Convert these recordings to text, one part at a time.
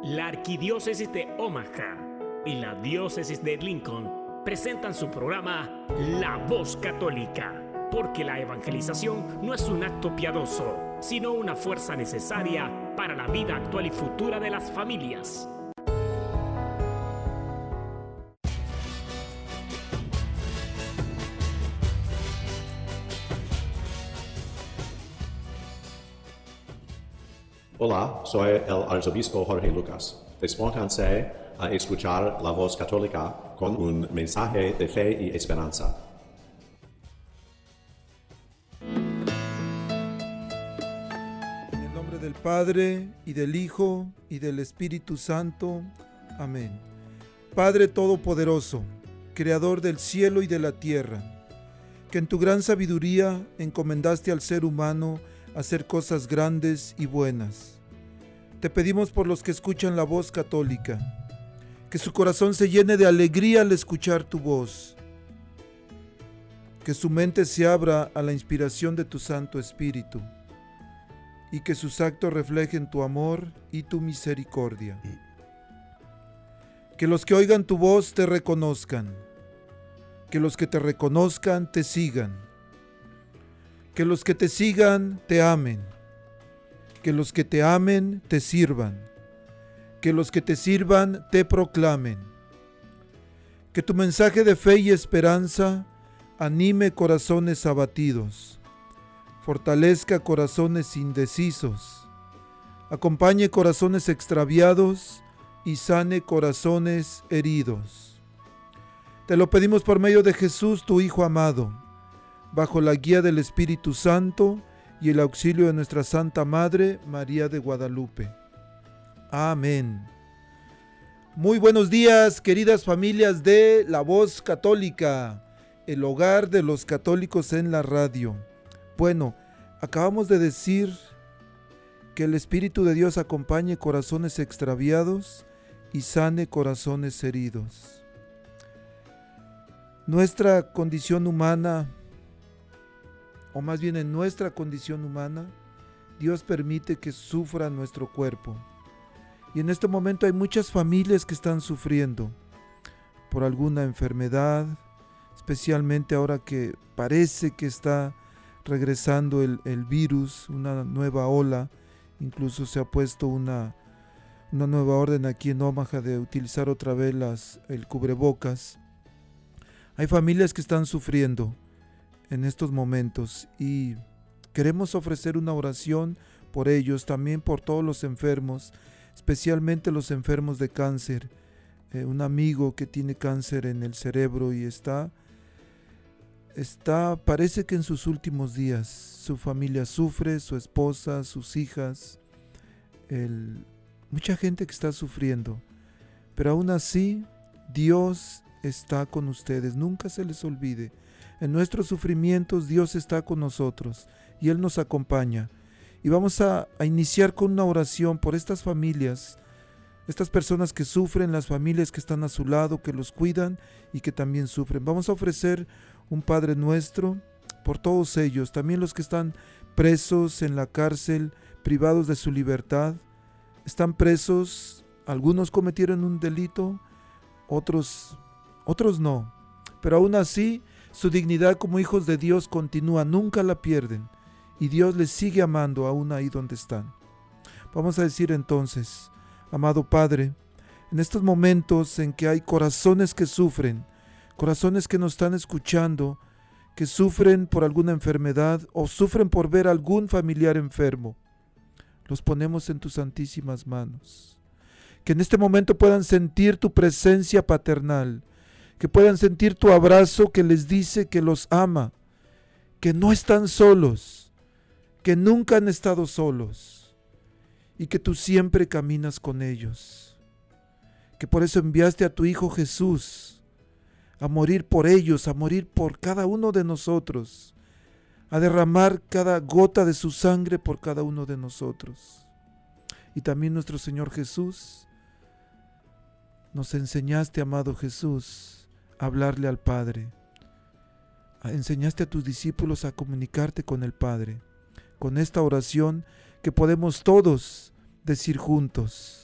La Arquidiócesis de Omaha y la Diócesis de Lincoln presentan su programa La Voz Católica, porque la evangelización no es un acto piadoso, sino una fuerza necesaria para la vida actual y futura de las familias. Hola, soy el arzobispo Jorge Lucas. Despónganse a escuchar la Voz Católica con un mensaje de fe y esperanza. En el nombre del Padre, y del Hijo, y del Espíritu Santo. Amén. Padre Todopoderoso, Creador del cielo y de la tierra, que en tu gran sabiduría encomendaste al ser humano hacer cosas grandes y buenas. Te pedimos por los que escuchan la Voz Católica, que su corazón se llene de alegría al escuchar tu voz, que su mente se abra a la inspiración de tu Santo Espíritu y que sus actos reflejen tu amor y tu misericordia. Que los que oigan tu voz te reconozcan, que los que te reconozcan te sigan, que los que te sigan te amen, que los que te amen te sirvan, que los que te sirvan te proclamen. Que tu mensaje de fe y esperanza anime corazones abatidos, fortalezca corazones indecisos, acompañe corazones extraviados y sane corazones heridos. Te lo pedimos por medio de Jesús, tu Hijo amado, bajo la guía del Espíritu Santo y el auxilio de nuestra Santa Madre, María de Guadalupe. Amén. Muy buenos días, queridas familias de La Voz Católica, el hogar de los católicos en la radio. Bueno, acabamos de decir que el Espíritu de Dios acompañe corazones extraviados y sane corazones heridos. Nuestra condición humana, o más bien en nuestra condición humana, Dios permite que sufra nuestro cuerpo. Y en este momento hay muchas familias que están sufriendo por alguna enfermedad, especialmente ahora que parece que está regresando el virus, una nueva ola. Incluso se ha puesto una nueva orden aquí en Omaha de utilizar otra vez el cubrebocas. Hay familias que están sufriendo en estos momentos y queremos ofrecer una oración por ellos, también por todos los enfermos, especialmente los enfermos de cáncer. Un amigo que tiene cáncer en el cerebro y parece que en sus últimos días. Su familia sufre, su esposa, sus hijas, mucha gente que está sufriendo, pero aún así Dios está con ustedes. Nunca se les olvide. En nuestros sufrimientos Dios está con nosotros y Él nos acompaña. Y vamos a iniciar con una oración por estas familias, estas personas que sufren, las familias que están a su lado, que los cuidan y que también sufren. Vamos a ofrecer un Padre Nuestro por todos ellos, también los que están presos en la cárcel, privados de su libertad. Están presos, algunos cometieron un delito, otros no, pero aún así su dignidad como hijos de Dios continúa, nunca la pierden, y Dios les sigue amando aún ahí donde están. Vamos a decir entonces: amado Padre, en estos momentos en que hay corazones que sufren, corazones que nos están escuchando, que sufren por alguna enfermedad o sufren por ver a algún familiar enfermo, los ponemos en tus santísimas manos. Que en este momento puedan sentir tu presencia paternal, que puedan sentir tu abrazo que les dice que los ama, que no están solos, que nunca han estado solos y que tú siempre caminas con ellos. Que por eso enviaste a tu Hijo Jesús a morir por ellos, a morir por cada uno de nosotros, a derramar cada gota de su sangre por cada uno de nosotros. Y también nuestro Señor Jesús, nos enseñaste, amado Jesús, a hablarle al Padre. Enseñaste a tus discípulos a comunicarte con el Padre, con esta oración que podemos todos decir juntos.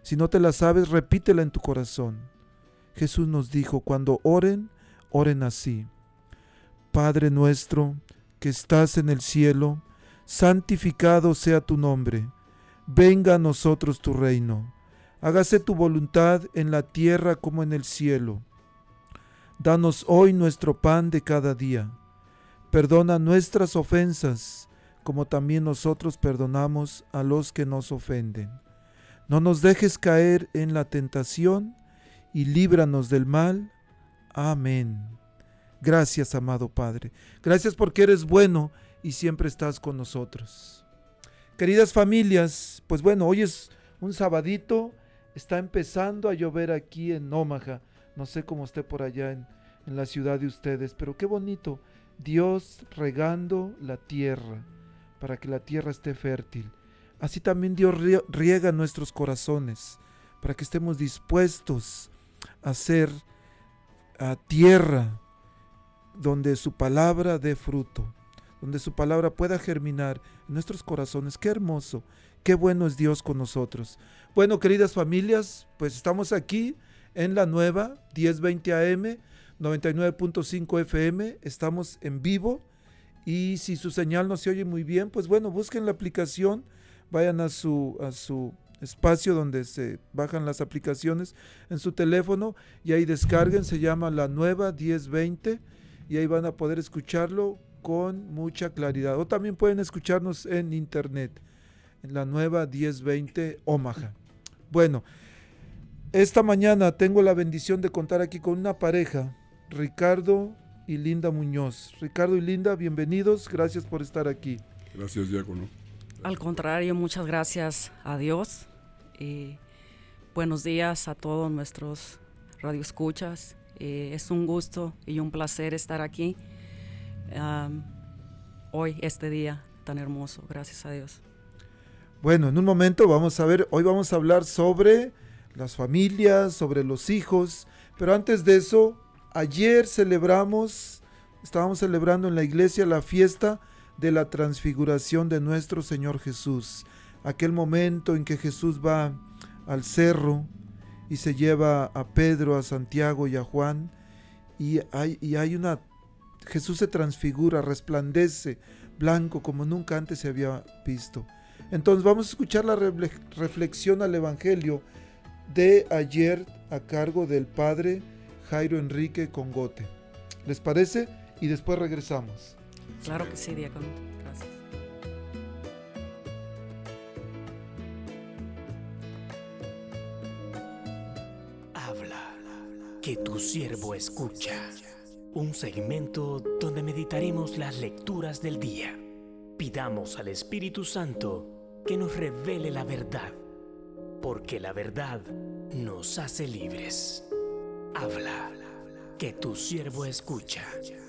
Si no te la sabes, repítela en tu corazón. Jesús nos dijo, cuando oren, oren así. Padre nuestro, que estás en el cielo, santificado sea tu nombre. Venga a nosotros tu reino. Hágase tu voluntad en la tierra como en el cielo. Danos hoy nuestro pan de cada día. Perdona nuestras ofensas, como también nosotros perdonamos a los que nos ofenden. No nos dejes caer en la tentación y líbranos del mal. Amén. Gracias, amado Padre. Gracias porque eres bueno y siempre estás con nosotros. Queridas familias, pues bueno, hoy es un sabadito, está empezando a llover aquí en Omaha. No sé cómo esté por allá en la ciudad de ustedes, pero qué bonito. Dios regando la tierra para que la tierra esté fértil. Así también Dios riega nuestros corazones para que estemos dispuestos a ser a tierra donde su palabra dé fruto, donde su palabra pueda germinar en nuestros corazones. Qué hermoso, qué bueno es Dios con nosotros. Bueno, queridas familias, pues estamos aquí en la nueva 1020 AM, 99.5 FM, estamos en vivo y si su señal no se oye muy bien, pues bueno, busquen la aplicación, vayan a su espacio donde se bajan las aplicaciones en su teléfono y ahí descarguen, se llama la nueva 1020 y ahí van a poder escucharlo con mucha claridad. O también pueden escucharnos en internet, en la nueva 1020 Omaha. Bueno, esta mañana tengo la bendición de contar aquí con una pareja, Ricardo y Linda Muñoz. Ricardo y Linda, bienvenidos, gracias por estar aquí. Gracias, diácono. Al contrario, muchas gracias a Dios y buenos días a todos nuestros radioescuchas. Es un gusto y un placer estar aquí hoy, este día tan hermoso, gracias a Dios. Bueno, en un momento hoy vamos a hablar sobre las familias, sobre los hijos, pero antes de eso, ayer estábamos celebrando en la iglesia la fiesta de la transfiguración de nuestro Señor Jesús, aquel momento en que Jesús va al cerro y se lleva a Pedro, a Santiago y a Juan, Jesús se transfigura, resplandece, blanco como nunca antes se había visto. Entonces vamos a escuchar la reflexión al Evangelio de ayer a cargo del Padre Jairo Enrique Congote. ¿Les parece? Y después regresamos. Claro que sí, diácono. Gracias. Habla, que tu siervo escucha. Un segmento donde meditaremos las lecturas del día. Pidamos al Espíritu Santo que nos revele la verdad, porque la verdad nos hace libres. Habla, que tu siervo escucha.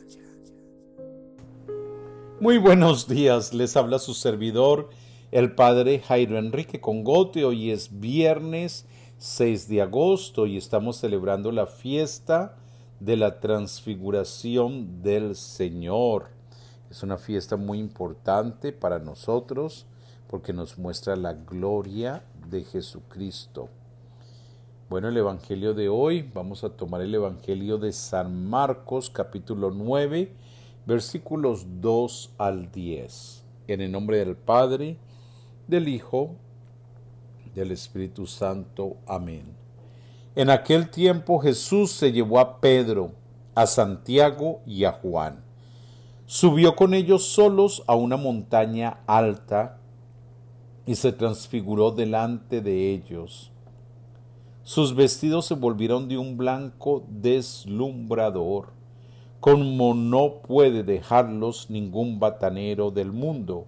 Muy buenos días, les habla su servidor, el Padre Jairo Enrique Congote. Hoy es viernes 6 de agosto y estamos celebrando la fiesta de la transfiguración del Señor. Es una fiesta muy importante para nosotros porque nos muestra la gloria de Jesucristo. Bueno, el Evangelio de hoy, vamos a tomar el Evangelio de San Marcos, capítulo 9, versículos 2 al 10. En el nombre del Padre, del Hijo, del Espíritu Santo. Amén. En aquel tiempo Jesús se llevó a Pedro, a Santiago y a Juan. Subió con ellos solos a una montaña alta y se transfiguró delante de ellos. Sus vestidos se volvieron de un blanco deslumbrador, como no puede dejarlos ningún batanero del mundo.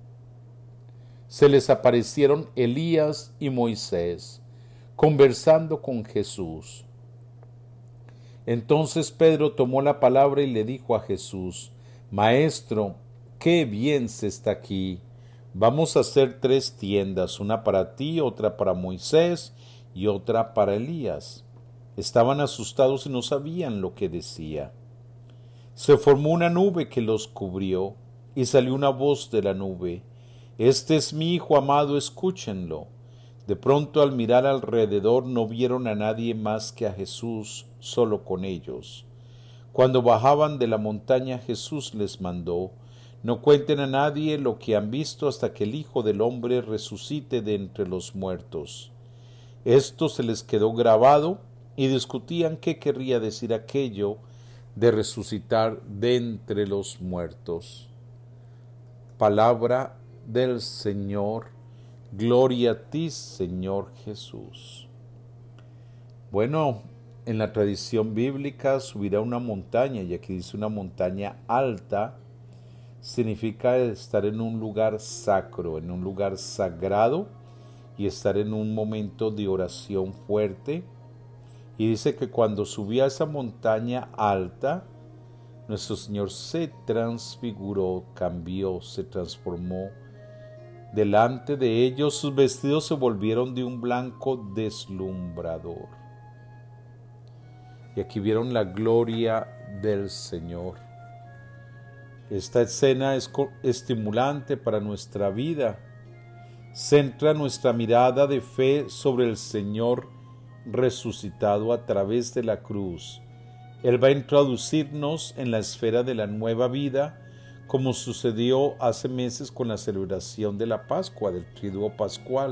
Se les aparecieron Elías y Moisés, conversando con Jesús. Entonces Pedro tomó la palabra y le dijo a Jesús: Maestro, qué bien se está aquí. Vamos a hacer 3 tiendas, una para ti, otra para Moisés y otra para Elías. Estaban asustados y no sabían lo que decía. Se formó una nube que los cubrió y salió una voz de la nube: Este es mi Hijo amado, escúchenlo. De pronto, al mirar alrededor, no vieron a nadie más que a Jesús solo con ellos. Cuando bajaban de la montaña, Jesús les mandó: no cuenten a nadie lo que han visto hasta que el Hijo del Hombre resucite de entre los muertos. Esto se les quedó grabado y discutían qué querría decir aquello de resucitar de entre los muertos. Palabra del Señor. Gloria a ti, Señor Jesús. Bueno, en la tradición bíblica, subir a una montaña, y aquí dice una montaña alta, significa estar en un lugar sacro, en un lugar sagrado, y estar en un momento de oración fuerte. Y dice que cuando subía a esa montaña alta, nuestro Señor se transfiguró, cambió, se transformó. Delante de ellos sus vestidos se volvieron de un blanco deslumbrador. Y aquí vieron la gloria del Señor. Esta escena es estimulante para nuestra vida. Centra nuestra mirada de fe sobre el Señor resucitado a través de la cruz. Él va a introducirnos en la esfera de la nueva vida, como sucedió hace meses con la celebración de la Pascua, del Triduo Pascual.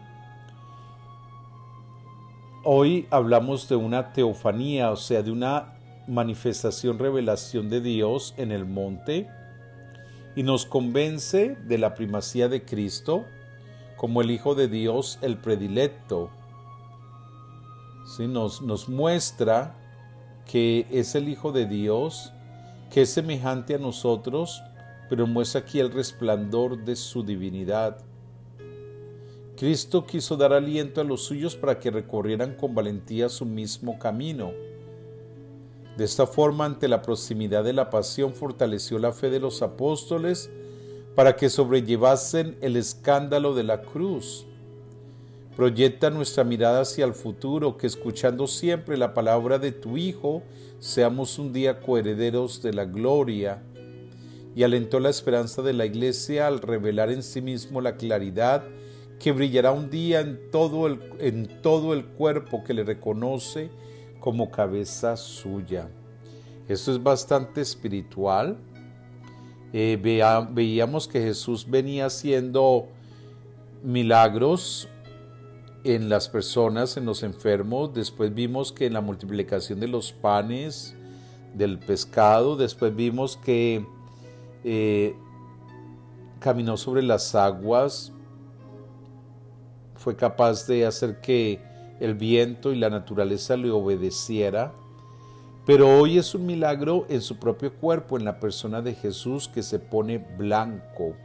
Hoy hablamos de una teofanía, o sea, de una manifestación, revelación de Dios en el monte, y nos convence de la primacía de Cristo como el Hijo de Dios, el predilecto. ¿Sí? Nos muestra que es el Hijo de Dios, que es semejante a nosotros, pero muestra aquí el resplandor de su divinidad. Cristo quiso dar aliento a los suyos para que recorrieran con valentía su mismo camino. De esta forma, ante la proximidad de la pasión, fortaleció la fe de los apóstoles para que sobrellevasen el escándalo de la cruz. Proyecta nuestra mirada hacia el futuro, que escuchando siempre la palabra de tu Hijo, seamos un día coherederos de la gloria. Y alentó la esperanza de la Iglesia al revelar en sí mismo la claridad que brillará un día en todo el cuerpo que le reconoce como cabeza suya. Esto es bastante espiritual. Veíamos que Jesús venía haciendo milagros en las personas, en los enfermos. Después vimos que en la multiplicación de los panes, del pescado, después vimos que caminó sobre las aguas, fue capaz de hacer que el viento y la naturaleza le obedeciera. Pero hoy es un milagro en su propio cuerpo, en la persona de Jesús, que se pone blanco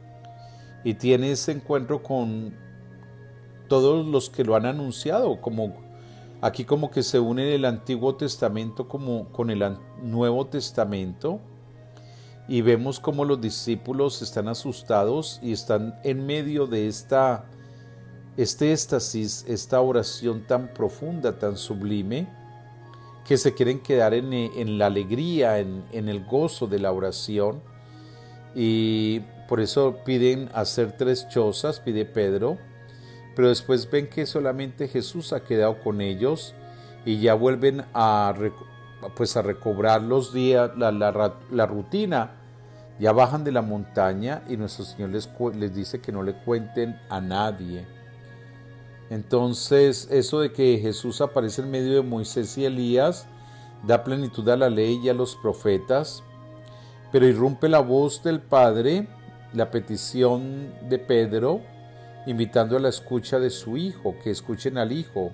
y tiene ese encuentro con todos los que lo han anunciado, aquí como que se une el Antiguo Testamento con el Nuevo Testamento, y vemos como los discípulos están asustados y están en medio de este éxtasis, esta oración tan profunda, tan sublime, que se quieren quedar en la alegría, en el gozo de la oración, y por eso piden hacer 3 chozas, pide Pedro. Pero después ven que solamente Jesús ha quedado con ellos y ya vuelven a recobrar los días, la rutina. Ya bajan de la montaña y nuestro Señor les dice que no le cuenten a nadie. Entonces, eso de que Jesús aparece en medio de Moisés y Elías da plenitud a la ley y a los profetas, pero irrumpe la voz del Padre, la petición de Pedro, invitando a la escucha de su Hijo, que escuchen al Hijo.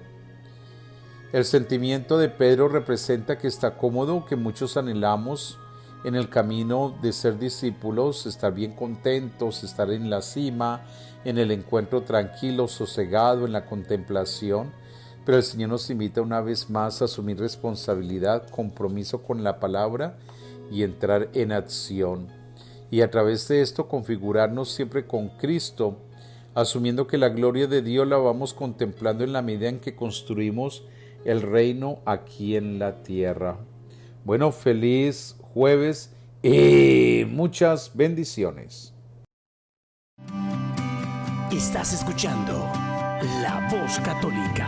El sentimiento de Pedro representa que está cómodo, que muchos anhelamos en el camino de ser discípulos, estar bien contentos, estar en la cima, en el encuentro tranquilo, sosegado, en la contemplación. Pero el Señor nos invita una vez más a asumir responsabilidad, compromiso con la palabra y entrar en acción. Y a través de esto configurarnos siempre con Cristo, asumiendo que la gloria de Dios la vamos contemplando en la medida en que construimos el reino aquí en la tierra. Bueno, feliz jueves y muchas bendiciones. Estás escuchando La Voz Católica.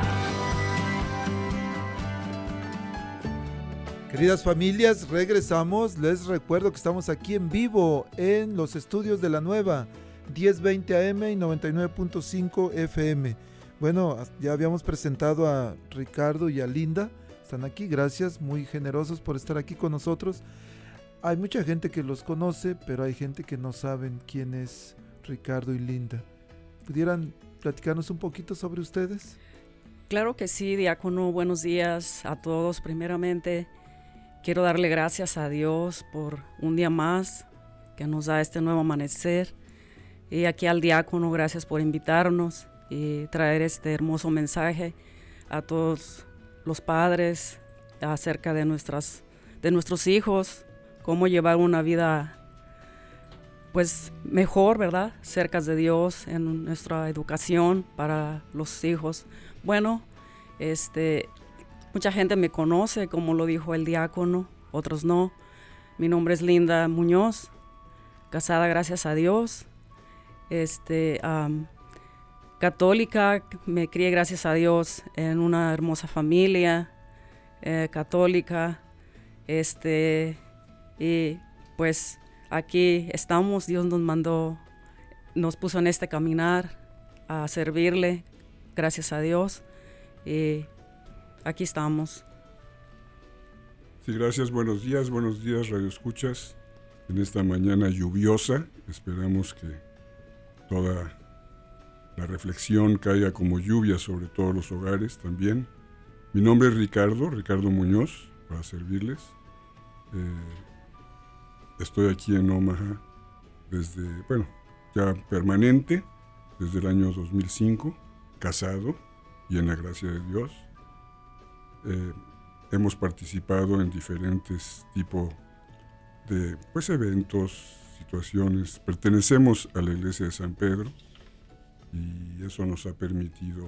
Queridas familias, regresamos. Les recuerdo que estamos aquí en vivo en los estudios de La Nueva, 1020 AM y 99.5 FM. Bueno, ya habíamos presentado a Ricardo y a Linda. Están aquí, gracias, muy generosos por estar aquí con nosotros. Hay mucha gente que los conoce, pero hay gente que no saben quién es Ricardo y Linda. ¿Pudieran platicarnos un poquito sobre ustedes? Claro que sí, diácono. Buenos días a todos. Primeramente, quiero darle gracias a Dios por un día más que nos da este nuevo amanecer. Y aquí al diácono, gracias por invitarnos y traer este hermoso mensaje a todos los padres acerca de nuestros hijos, cómo llevar una vida pues mejor, ¿verdad? Cerca de Dios en nuestra educación para los hijos. Bueno, mucha gente me conoce, como lo dijo el diácono, otros no. Mi nombre es Linda Muñoz, casada gracias a Dios. Católica, me crié gracias a Dios en una hermosa familia católica. Y pues aquí estamos, Dios nos puso en este caminar a servirle, gracias a Dios, y aquí estamos. Sí, gracias, buenos días, Radio Escuchas. En esta mañana lluviosa, esperamos que toda la reflexión caiga como lluvia sobre todos los hogares también. Mi nombre es Ricardo Muñoz, para servirles. Estoy aquí en Omaha ya permanente, desde el año 2005, casado y en la gracia de Dios. Hemos participado en diferentes tipos de eventos, situaciones. Pertenecemos a la iglesia de San Pedro y eso nos ha permitido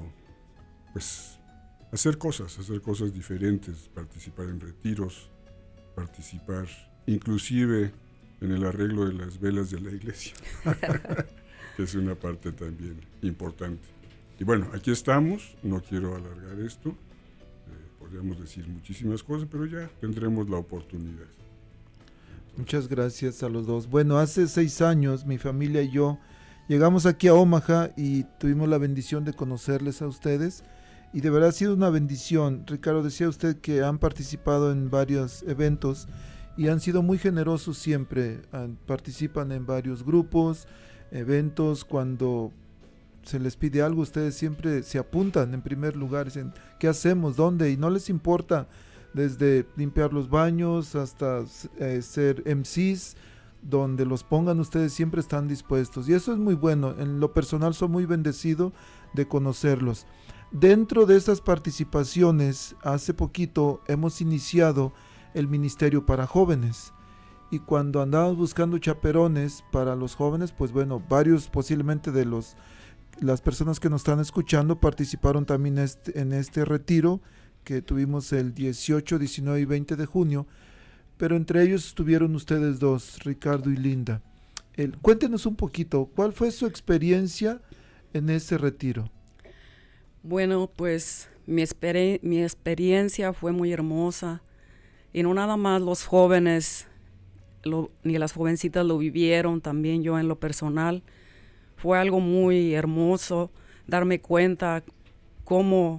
hacer cosas diferentes, participar en retiros, participar inclusive en el arreglo de las velas de la iglesia, que es una parte también importante. Y bueno, aquí estamos, no quiero alargar esto, podríamos decir muchísimas cosas, pero ya tendremos la oportunidad. Muchas gracias a los dos. Bueno, hace 6 años mi familia y yo llegamos aquí a Omaha y tuvimos la bendición de conocerles a ustedes y de verdad ha sido una bendición. Ricardo, decía usted que han participado en varios eventos y han sido muy generosos siempre, participan en varios grupos, eventos. Cuando se les pide algo, ustedes siempre se apuntan en primer lugar, dicen, ¿qué hacemos? ¿Dónde? Y no les importa, desde limpiar los baños hasta ser MCs, donde los pongan ustedes siempre están dispuestos. Y eso es muy bueno, en lo personal soy muy bendecido de conocerlos. Dentro de estas participaciones, hace poquito hemos iniciado el ministerio para jóvenes, y cuando andamos buscando chaperones para los jóvenes, pues bueno, varios posiblemente de las personas que nos están escuchando participaron también en este retiro que tuvimos el 18, 19 y 20 de junio, pero entre ellos estuvieron ustedes dos, Ricardo y Linda. Cuéntenos un poquito, ¿cuál fue su experiencia en ese retiro? Bueno, pues mi experiencia fue muy hermosa. Y no nada más los jóvenes, ni las jovencitas lo vivieron, también yo en lo personal. Fue algo muy hermoso darme cuenta cómo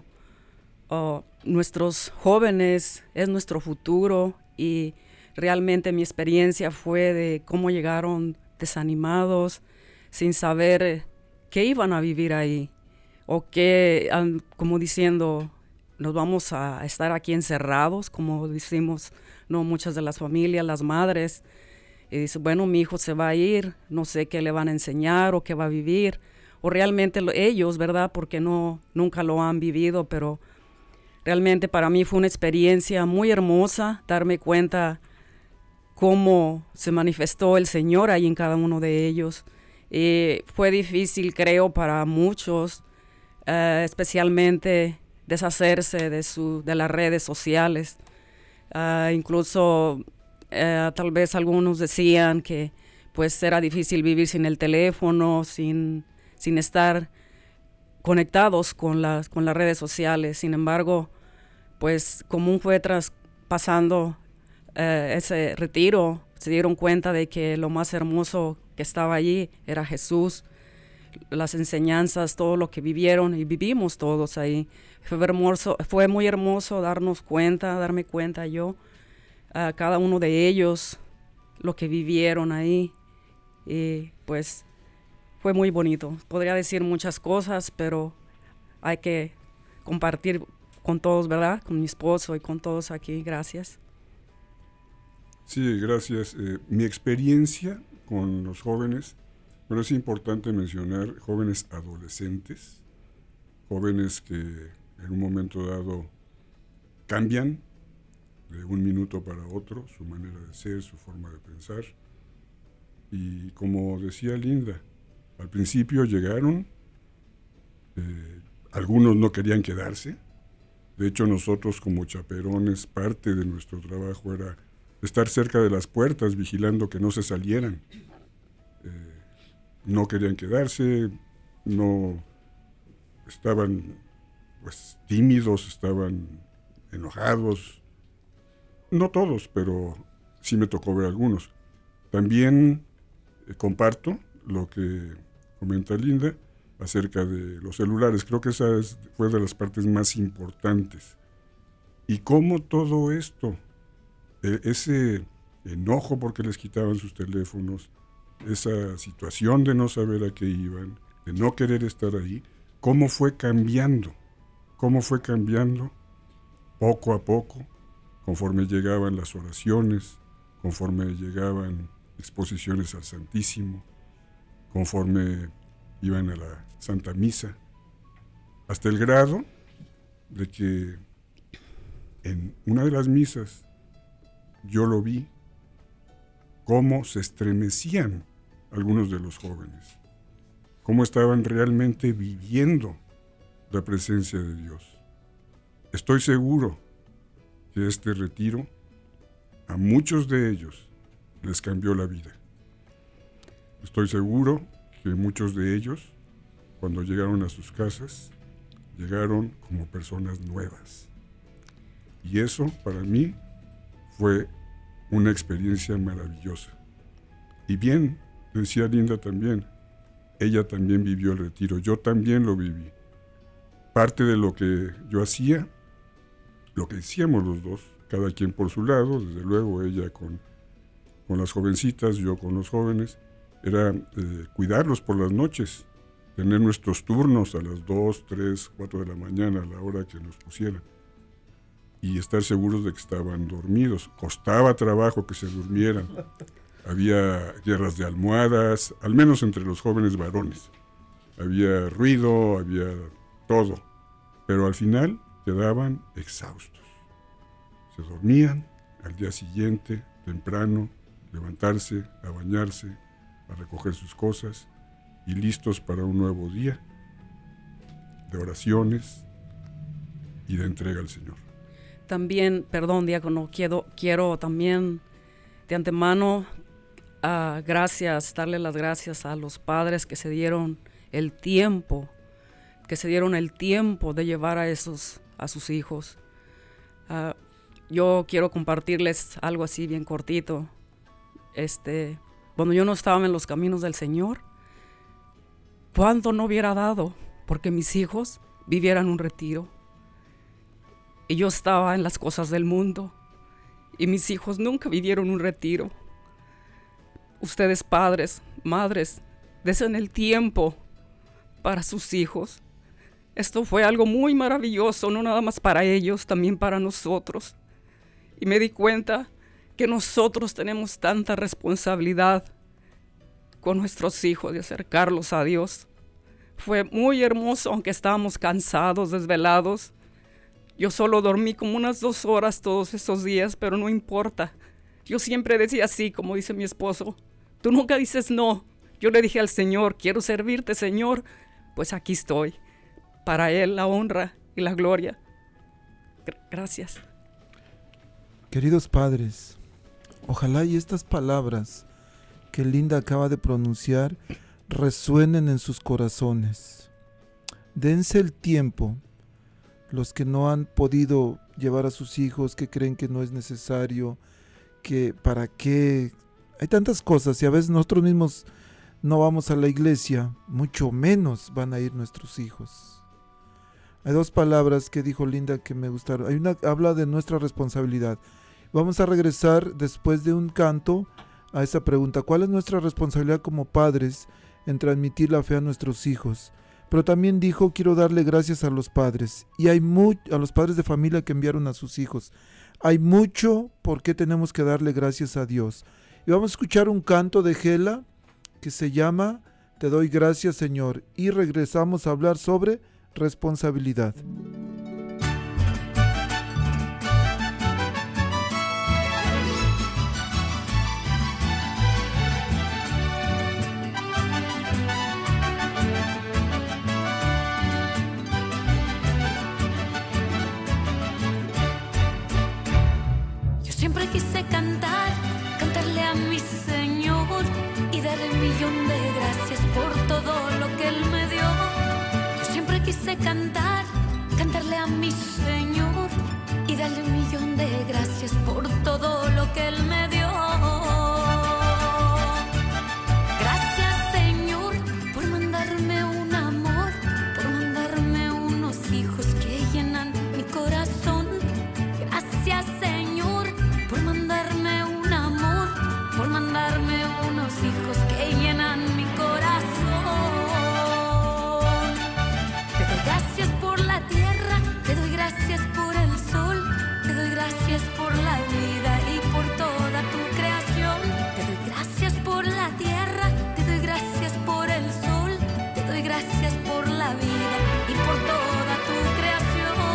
nuestros jóvenes es nuestro futuro, y realmente mi experiencia fue de cómo llegaron desanimados, sin saber qué iban a vivir ahí, o qué, como diciendo, nos vamos a estar aquí encerrados, como decimos, no, muchas de las familias, las madres, y dice, bueno, mi hijo se va a ir, no sé qué le van a enseñar o qué va a vivir, o realmente ellos, ¿verdad? Porque nunca lo han vivido, pero realmente para mí fue una experiencia muy hermosa darme cuenta cómo se manifestó el Señor ahí en cada uno de ellos. Fue difícil, creo, para muchos, especialmente deshacerse de las redes sociales. Incluso tal vez algunos decían que pues era difícil vivir sin el teléfono, sin estar conectados con las redes sociales. Sin embargo, pues como fue pasando ese retiro, se dieron cuenta de que lo más hermoso que estaba allí era Jesús, las enseñanzas, todo lo que vivieron y vivimos todos ahí. Fue muy hermoso darme cuenta yo, a cada uno de ellos, lo que vivieron ahí. Y pues fue muy bonito. Podría decir muchas cosas, pero hay que compartir con todos, ¿verdad? Con mi esposo y con todos aquí. Gracias. Sí, gracias. Mi experiencia con los jóvenes, pero es importante mencionar jóvenes adolescentes, jóvenes que en un momento dado cambian de un minuto para otro, su manera de ser, su forma de pensar. Y como decía Linda, al principio llegaron, algunos no querían quedarse. De hecho, nosotros como chaperones, parte de nuestro trabajo era estar cerca de las puertas vigilando que no se salieran. No querían quedarse, no estaban pues tímidos, estaban enojados. No todos, pero sí me tocó ver algunos. También comparto lo que comenta Linda acerca de los celulares. Creo que esa fue de las partes más importantes. Y cómo todo esto, ese enojo porque les quitaban sus teléfonos, esa situación de no saber a qué iban, de no querer estar ahí, cómo fue cambiando poco a poco, conforme llegaban las oraciones, conforme llegaban exposiciones al Santísimo, conforme iban a la Santa Misa, hasta el grado de que en una de las misas yo lo vi, cómo se estremecían algunos de los jóvenes, cómo estaban realmente viviendo la presencia de Dios. Estoy seguro que este retiro a muchos de ellos les cambió la vida. Estoy seguro que muchos de ellos, cuando llegaron a sus casas, llegaron como personas nuevas. Y eso, para mí, fue una experiencia maravillosa. Y bien, decía Linda también, ella también vivió el retiro, yo también lo viví. Parte de lo que yo hacía, lo que hacíamos los dos, cada quien por su lado, desde luego ella con las jovencitas, yo con los jóvenes, era cuidarlos por las noches, tener nuestros turnos a las 2, 3, 4 de la mañana, a la hora que nos pusieran, y estar seguros de que estaban dormidos. Costaba trabajo que se durmieran. Había guerras de almohadas, al menos entre los jóvenes varones. Había ruido, había todo, pero al final quedaban exhaustos. Se dormían, al día siguiente, temprano, levantarse, a bañarse, a recoger sus cosas y listos para un nuevo día de oraciones y de entrega al Señor. También, perdón, diácono, quiero también de antemano darle las gracias a los padres que se dieron el tiempo de llevar a sus hijos. Yo quiero compartirles algo así bien cortito. Cuando yo no estaba en los caminos del Señor, ¿cuánto no hubiera dado porque mis hijos vivieran un retiro? Y yo estaba en las cosas del mundo y mis hijos nunca vivieron un retiro. Ustedes padres, madres, desen el tiempo para sus hijos. Esto fue algo muy maravilloso, no nada más para ellos, también para nosotros. Y me di cuenta que nosotros tenemos tanta responsabilidad con nuestros hijos de acercarlos a Dios. Fue muy hermoso, aunque estábamos cansados, desvelados. Yo solo dormí como unas 2 horas todos esos días, pero no importa. Yo siempre decía así, como dice mi esposo, tú nunca dices no. Yo le dije al Señor, quiero servirte, Señor, pues aquí estoy. Para Él la honra y la gloria. Gracias. Queridos padres, ojalá y estas palabras que Linda acaba de pronunciar resuenen en sus corazones. dense el tiempo. Los que no han podido llevar a sus hijos, que creen que no es necesario, que para qué. Hay tantas cosas y a veces nosotros mismos no vamos a la iglesia, mucho menos van a ir nuestros hijos. Hay dos palabras que dijo Linda que me gustaron. Hay una habla de nuestra responsabilidad. Vamos a regresar después de un canto a esa pregunta. ¿Cuál es nuestra responsabilidad como padres en transmitir la fe a nuestros hijos? Pero también dijo, quiero darle gracias a los padres. Y hay a los padres de familia que enviaron a sus hijos. Hay mucho por qué tenemos que darle gracias a Dios. Y vamos a escuchar un canto de Gela que se llama Te doy gracias, Señor. Y regresamos a hablar sobre responsabilidad. Siempre quise cantarle a mi Señor y darle 1.000.000 de gracias por todo lo que Él me dio. Yo siempre quise cantarle a mi Señor y darle 1.000.000 de gracias por todo lo que Él me dio. Gracias, Señor, por mandarme un amor, por mandarme unos hijos que llenan mi corazón. Gracias, Señor, por mandarme un amor, por mandarme unos hijos que llenan mi corazón. Te doy gracias por la tierra, te doy gracias por el sol, te doy gracias por la vida y por toda tu creación. Te doy gracias por la tierra, te doy gracias por el sol, te doy gracias por la vida y por toda tu creación.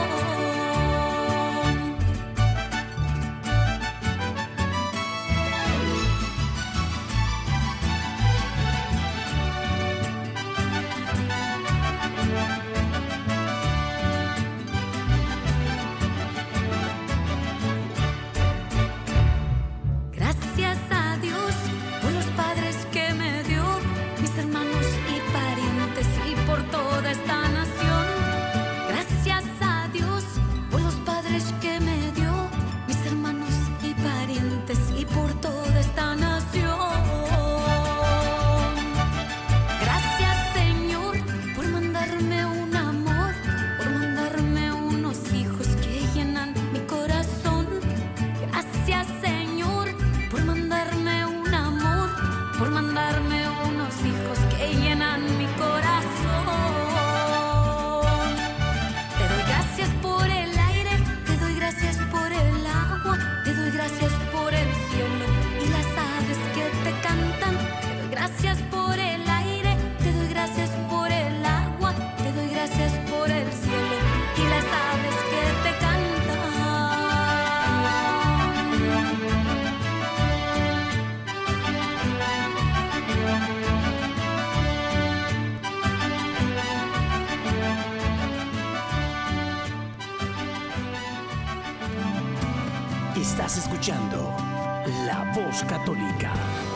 Gracias a Dios por los padres que me dio, mis hermanos y parientes y por toda esta nación. Gracias a Dios por los padres que me dio, mis hermanos y parientes y por toda esta nación. Gracias, Señor, por mandarme un amor, por mandarme unos hijos que llenan mi corazón. Gracias, Señor, por mandarme un amor, por mandarme unos hijos que llenan mi corazón. Te doy gracias por el aire, te doy gracias por el agua, te doy gracias por el cielo y las aves que te cantan. Te doy gracias por el aire, te doy gracias por el agua, te doy gracias por el cielo y las aves que te cantan. Estás escuchando La Voz Católica.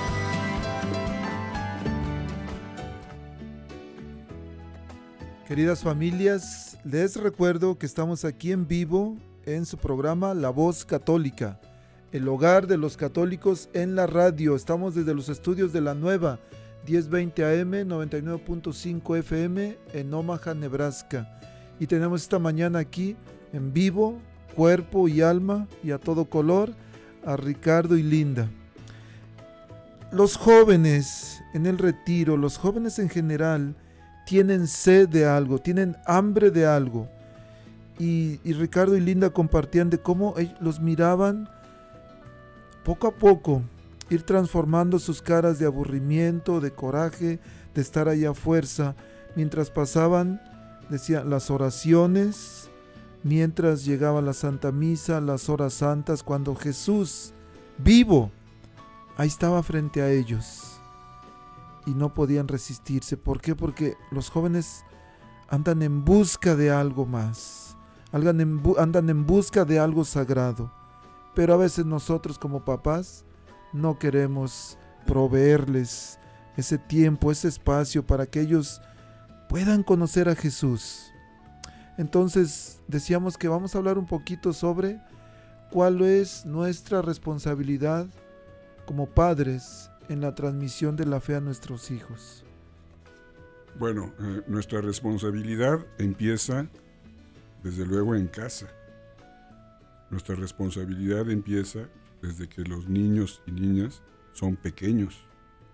Queridas familias, les recuerdo que estamos aquí en vivo en su programa La Voz Católica, el hogar de los católicos en la radio. Estamos desde los estudios de La Nueva, 1020 AM, 99.5 FM en Omaha, Nebraska. Y tenemos esta mañana aquí en vivo, cuerpo y alma y a todo color, a Ricardo y Linda. Los jóvenes en el retiro, los jóvenes en general, tienen sed de algo, tienen hambre de algo. Y Ricardo y Linda compartían de cómo ellos los miraban poco a poco, ir transformando sus caras de aburrimiento, de coraje, de estar ahí a fuerza, mientras pasaban, decían, las oraciones, mientras llegaba la Santa Misa, las horas santas, cuando Jesús, vivo, ahí estaba frente a ellos. Y no podían resistirse. ¿Por qué? Porque los jóvenes andan en busca de algo más. Andan en busca de algo sagrado. Pero a veces nosotros como papás no queremos proveerles ese tiempo, ese espacio para que ellos puedan conocer a Jesús. Entonces decíamos que vamos a hablar un poquito sobre cuál es nuestra responsabilidad como padres en la transmisión de la fe a nuestros hijos. Bueno, nuestra responsabilidad empieza desde luego en casa. Nuestra responsabilidad empieza desde que los niños y niñas son pequeños.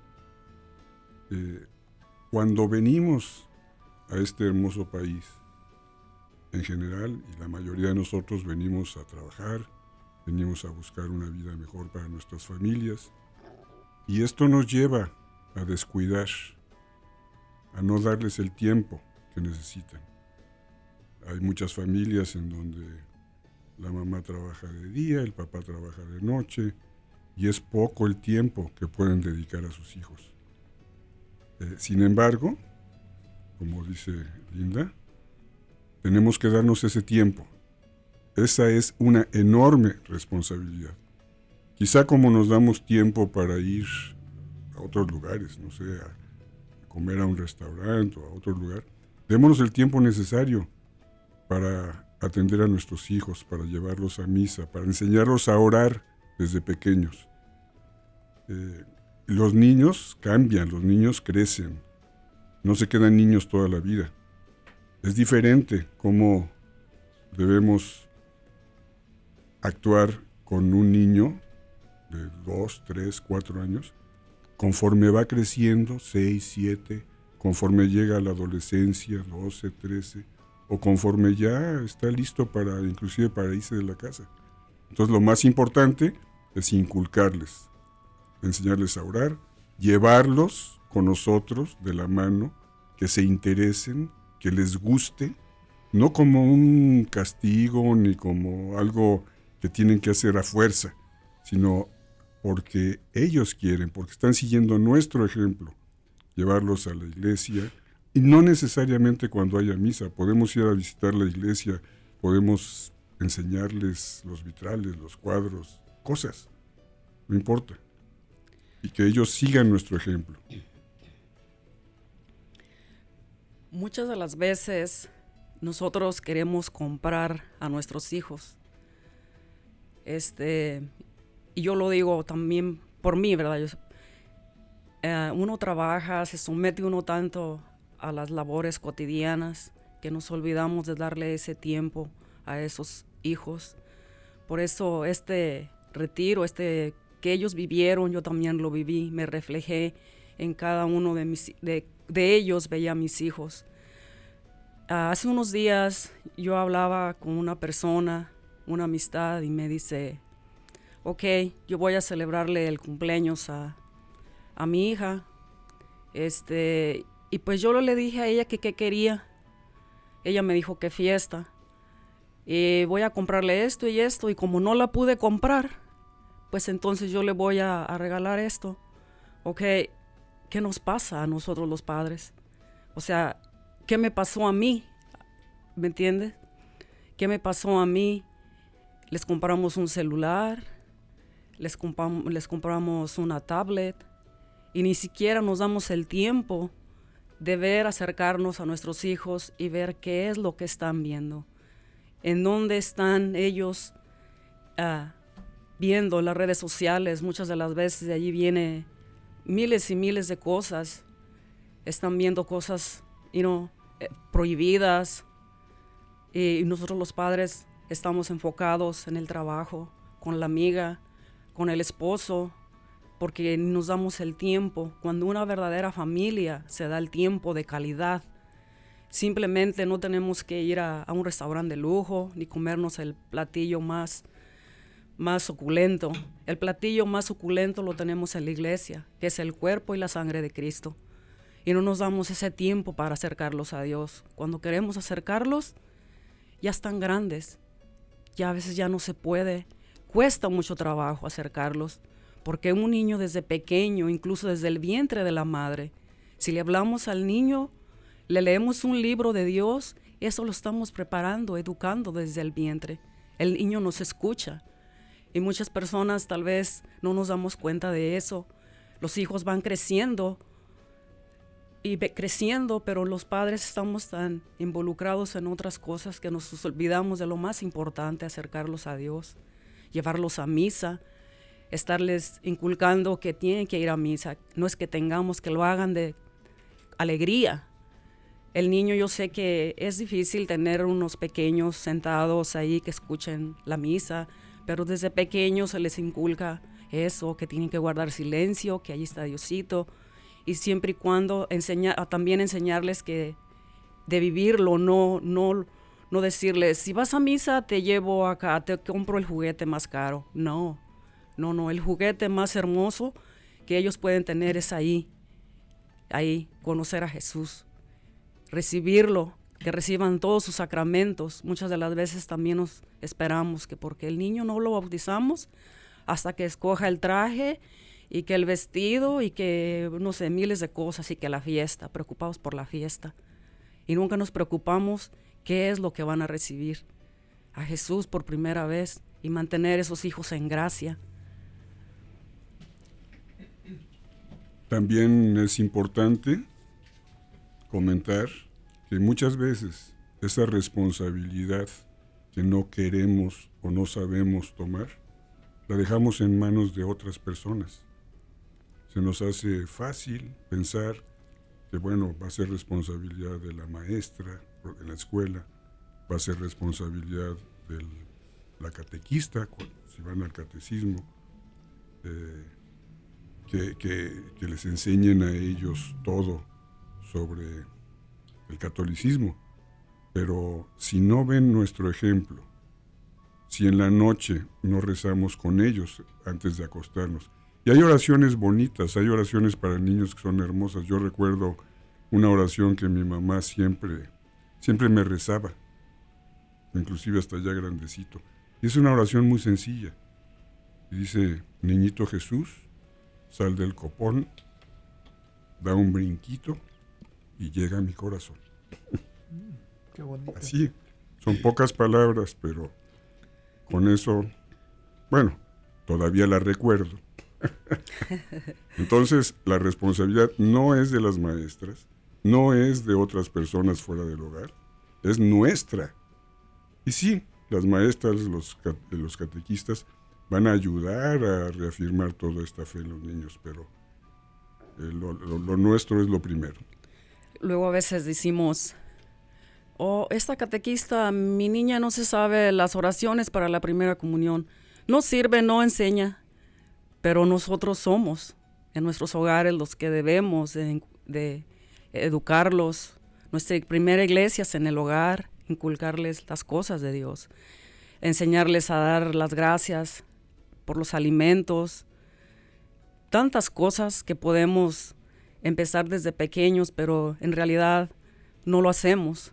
Cuando venimos a este hermoso país, en general, y la mayoría de nosotros venimos a trabajar, venimos a buscar una vida mejor para nuestras familias, y esto nos lleva a descuidar, a no darles el tiempo que necesitan. Hay muchas familias en donde la mamá trabaja de día, el papá trabaja de noche, y es poco el tiempo que pueden dedicar a sus hijos. Sin embargo, como dice Linda, tenemos que darnos ese tiempo. Esa es una enorme responsabilidad. Quizá como nos damos tiempo para ir a otros lugares, no sé, a comer a un restaurante o a otro lugar, démonos el tiempo necesario para atender a nuestros hijos, para llevarlos a misa, para enseñarlos a orar desde pequeños. Los niños cambian, los niños crecen, no se quedan niños toda la vida. Es diferente cómo debemos actuar con un niño de 2, 3, 4 años, conforme va creciendo, 6, 7, conforme llega a la adolescencia, 12, 13, o conforme ya está listo inclusive para irse de la casa. Entonces lo más importante es inculcarles, enseñarles a orar, llevarlos con nosotros de la mano, que se interesen, que les guste, no como un castigo ni como algo que tienen que hacer a fuerza, sino porque ellos quieren, porque están siguiendo nuestro ejemplo. Llevarlos a la iglesia, y no necesariamente cuando haya misa, podemos ir a visitar la iglesia, podemos enseñarles los vitrales, los cuadros, cosas, no importa. Y que ellos sigan nuestro ejemplo. Muchas de las veces nosotros queremos comprar a nuestros hijos. Y yo lo digo también por mí, ¿verdad? Uno trabaja, se somete uno tanto a las labores cotidianas que nos olvidamos de darle ese tiempo a esos hijos. Por eso este retiro, que ellos vivieron, yo también lo viví, me reflejé en cada uno de ellos, veía a mis hijos. Hace unos días yo hablaba con una persona, una amistad, y me dice, ok, yo voy a celebrarle el cumpleaños a mi hija. Y pues yo le dije a ella que qué quería. Ella me dijo que fiesta. Y voy a comprarle esto, y como no la pude comprar, pues entonces yo le voy a regalar esto. Ok, ¿qué nos pasa a nosotros los padres? O sea, ¿qué me pasó a mí? ¿Me entiendes? ¿Qué me pasó a mí? Les compramos un celular, les compramos una tablet, y ni siquiera nos damos el tiempo de acercarnos a nuestros hijos y ver qué es lo que están viendo, en dónde están ellos viendo las redes sociales. Muchas de las veces de allí viene miles y miles de cosas. Están viendo cosas prohibidas, y nosotros los padres estamos enfocados en el trabajo, con la amiga, con el esposo, porque nos damos el tiempo. Cuando una verdadera familia se da el tiempo de calidad, simplemente no tenemos que ir a un restaurante de lujo ni comernos el platillo más suculento. El platillo más suculento lo tenemos en la iglesia, que es el cuerpo y la sangre de Cristo. Y no nos damos ese tiempo para acercarlos a Dios. Cuando queremos acercarlos, ya están grandes. Ya a veces ya no se puede. Cuesta mucho trabajo acercarlos, porque un niño desde pequeño, incluso desde el vientre de la madre, si le hablamos al niño, le leemos un libro de Dios, eso lo estamos preparando, educando desde el vientre. El niño nos escucha. Y muchas personas tal vez no nos damos cuenta de eso. Los hijos van creciendo creciendo, pero los padres estamos tan involucrados en otras cosas que nos olvidamos de lo más importante, acercarlos a Dios, llevarlos a misa, estarles inculcando que tienen que ir a misa. No es que tengamos que lo hagan de alegría. El niño, yo sé que es difícil tener unos pequeños sentados ahí que escuchen la misa, pero desde pequeños se les inculca eso, que tienen que guardar silencio, que allí está Diosito, y siempre y cuando también enseñarles que de vivirlo, no decirles, si vas a misa te llevo acá, te compro el juguete más caro. No, el juguete más hermoso que ellos pueden tener es ahí, conocer a Jesús, recibirlo, que reciban todos sus sacramentos. Muchas de las veces también nos esperamos que porque el niño no lo bautizamos hasta que escoja el traje y que el vestido y que, no sé, miles de cosas y que la fiesta, preocupados por la fiesta. Y nunca nos preocupamos qué es lo que van a recibir, a Jesús por primera vez, y mantener esos hijos en gracia. También es importante comentar que muchas veces esa responsabilidad que no queremos o no sabemos tomar, la dejamos en manos de otras personas. Se nos hace fácil pensar que, bueno, va a ser responsabilidad de la maestra en la escuela, va a ser responsabilidad de la catequista, si van al catecismo, que les enseñen a ellos todo sobre el catolicismo. Pero si no ven nuestro ejemplo, si en la noche no rezamos con ellos antes de acostarnos, y hay oraciones bonitas, hay oraciones para niños que son hermosas. Yo recuerdo una oración que mi mamá siempre me rezaba, inclusive hasta ya grandecito. Y es una oración muy sencilla. Y dice, niñito Jesús, sal del copón, da un brinquito y llega a mi corazón. Qué bonito. Así, son pocas palabras, pero con eso, bueno, todavía la recuerdo. Entonces, la responsabilidad no es de las maestras, no es de otras personas fuera del hogar, es nuestra. Y sí, las maestras, los catequistas van a ayudar a reafirmar toda esta fe en los niños, pero lo nuestro es lo primero. Luego a veces decimos, esta catequista, mi niña no se sabe las oraciones para la primera comunión, no sirve, no enseña. Pero nosotros somos en nuestros hogares los que debemos de educarlos. Nuestra primera iglesia es en el hogar, inculcarles las cosas de Dios, enseñarles a dar las gracias por los alimentos, tantas cosas que podemos empezar desde pequeños, pero en realidad no lo hacemos.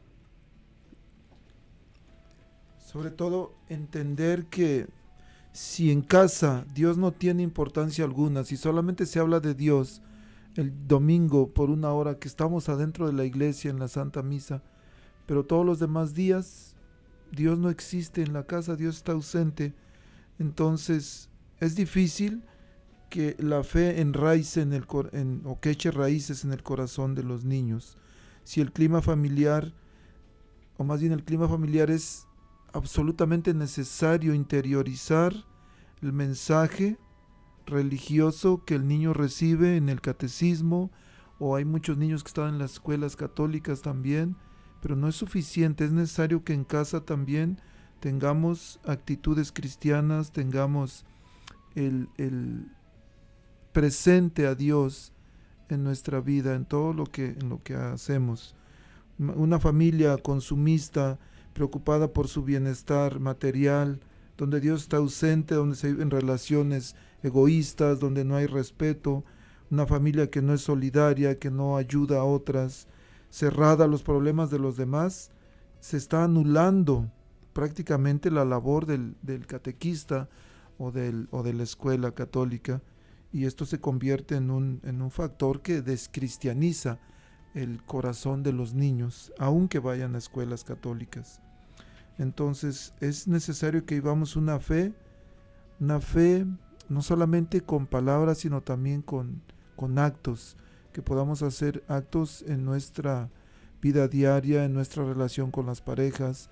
Sobre todo entender que si en casa Dios no tiene importancia alguna, si solamente se habla de Dios el domingo por una hora que estamos adentro de la iglesia en la Santa Misa, pero todos los demás días Dios no existe en la casa, Dios está ausente, entonces es difícil que la fe enraice o que eche raíces en el corazón de los niños. Si el clima familiar, o más bien el clima familiar es absolutamente necesario interiorizar el mensaje religioso que el niño recibe en el catecismo, o hay muchos niños que están en las escuelas católicas también, pero no es suficiente, es necesario que en casa también tengamos actitudes cristianas, tengamos el presente a Dios en nuestra vida, en todo lo que hacemos. Una familia consumista, preocupada por su bienestar material, donde Dios está ausente, donde se viven relaciones egoístas, donde no hay respeto, una familia que no es solidaria, que no ayuda a otras, cerrada a los problemas de los demás, se está anulando prácticamente la labor del catequista o de la escuela católica, y esto se convierte en un factor que descristianiza el corazón de los niños, aunque vayan a escuelas católicas. Entonces es necesario que vivamos una fe no solamente con palabras, sino también con actos, que podamos hacer actos en nuestra vida diaria, en nuestra relación con las parejas.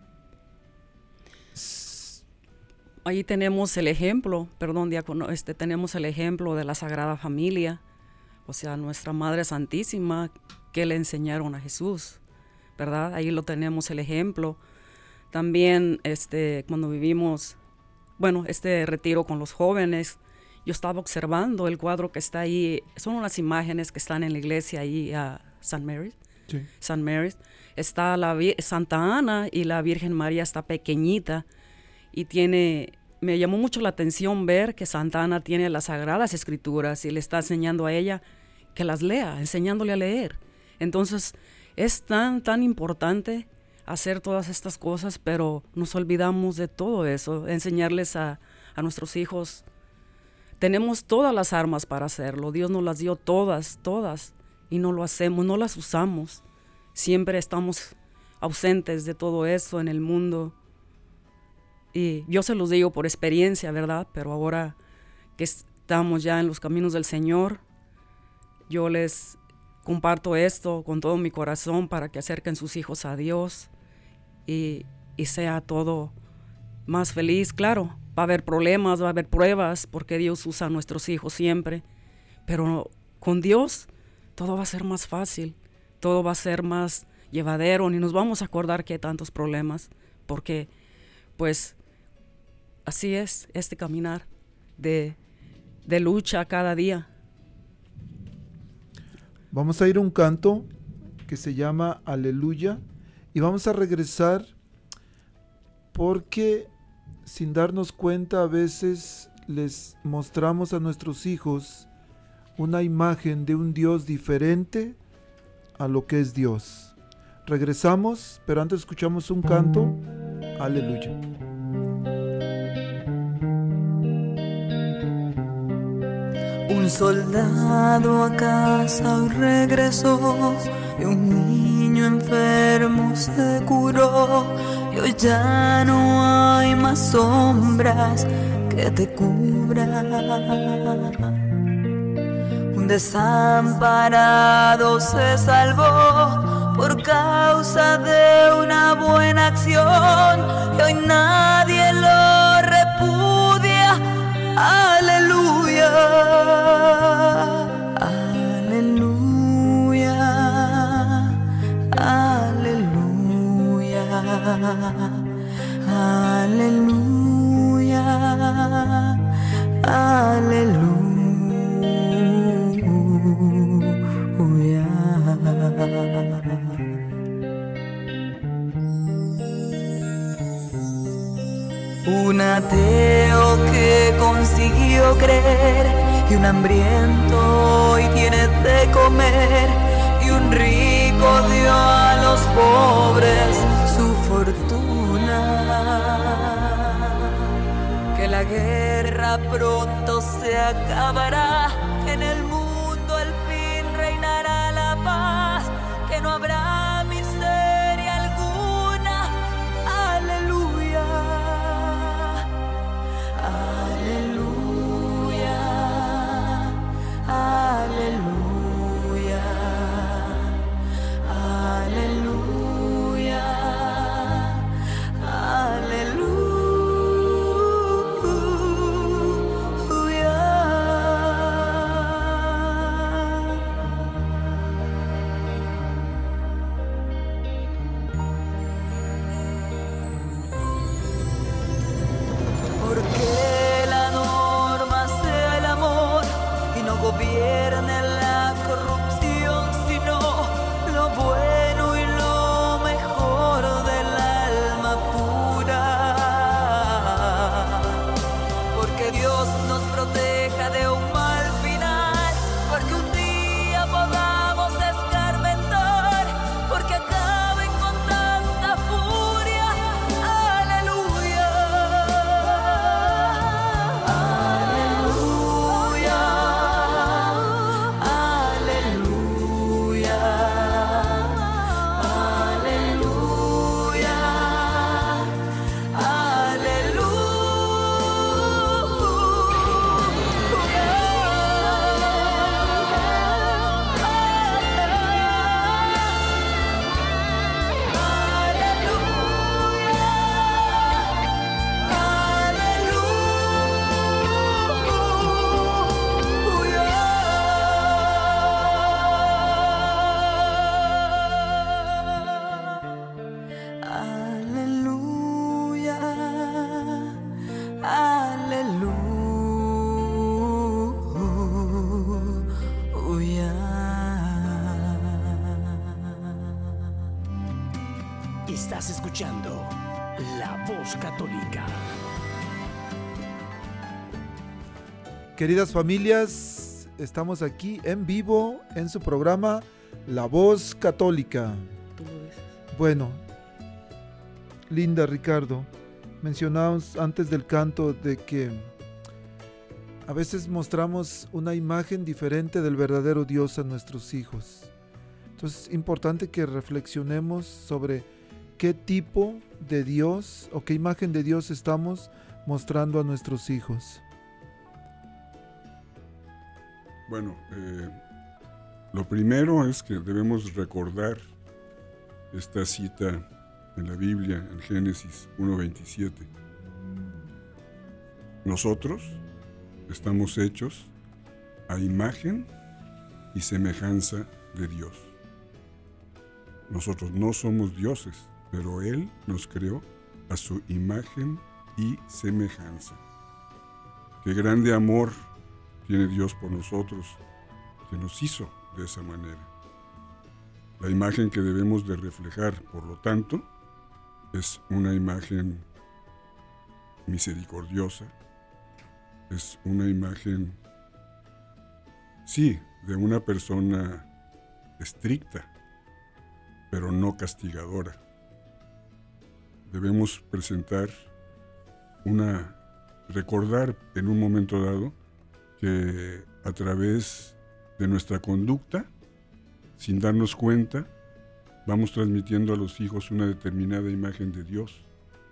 Ahí tenemos el ejemplo, diácono, tenemos el ejemplo de la Sagrada Familia, o sea, nuestra Madre Santísima, que le enseñaron a Jesús, ¿verdad? Ahí lo tenemos el ejemplo. También cuando vivimos, este retiro con los jóvenes, yo estaba observando el cuadro que está ahí, son unas imágenes que están en la iglesia ahí a St. Mary's. Sí. St. Mary's. Está Santa Ana y la Virgen María está pequeñita y me llamó mucho la atención ver que Santa Ana tiene las Sagradas Escrituras y le está enseñando a ella que las lea, enseñándole a leer. Entonces es tan importante hacer todas estas cosas, pero nos olvidamos de todo eso, enseñarles a nuestros hijos. Tenemos todas las armas para hacerlo, Dios nos las dio todas, y no lo hacemos, no las usamos. Siempre estamos ausentes de todo eso en el mundo. Y yo se los digo por experiencia, ¿verdad? Pero ahora que estamos ya en los caminos del Señor, yo les comparto esto con todo mi corazón para que acerquen sus hijos a Dios y sea todo más feliz. Claro, va a haber problemas, va a haber pruebas, porque Dios usa a nuestros hijos siempre, pero con Dios todo va a ser más fácil, todo va a ser más llevadero, ni nos vamos a acordar que hay tantos problemas, porque pues así es este caminar de lucha cada día. Vamos a ir a un canto que se llama Aleluya y vamos a regresar porque sin darnos cuenta a veces les mostramos a nuestros hijos una imagen de un Dios diferente a lo que es Dios. Regresamos, pero antes escuchamos un canto. Aleluya. Un soldado a casa hoy regresó y un niño enfermo se curó y hoy ya no hay más sombras que te cubran. Un desamparado se salvó por causa de una buena acción y hoy nadie lo repudia. Aleluya, aleluya, aleluya, aleluya, aleluya. Un ateo que consiguió creer y un hambriento hoy tiene de comer y un rico dio a los pobres su fortuna. Que la guerra pronto se acabará, en el mundo al fin reinará la paz, que no habrá miseria alguna. Aleluya, aleluya, aleluya, aleluya, aleluya. escuchando La Voz Católica. Queridas familias, estamos aquí en vivo en su programa La Voz Católica. Tú lo dices. Bueno, Linda, Ricardo, mencionábamos antes del canto de que a veces mostramos una imagen diferente del verdadero Dios a nuestros hijos. Entonces es importante que reflexionemos sobre qué tipo de Dios o qué imagen de Dios estamos mostrando a nuestros hijos. Bueno, lo primero es que debemos recordar esta cita en la Biblia, en Génesis 1:27. Nosotros estamos hechos a imagen y semejanza de Dios. Nosotros no somos dioses, pero Él nos creó a su imagen y semejanza. Qué grande amor tiene Dios por nosotros, que nos hizo de esa manera. La imagen que debemos de reflejar, por lo tanto, es una imagen misericordiosa, es una imagen, sí, de una persona estricta, pero no castigadora. Debemos recordar en un momento dado que a través de nuestra conducta, sin darnos cuenta, vamos transmitiendo a los hijos una determinada imagen de Dios.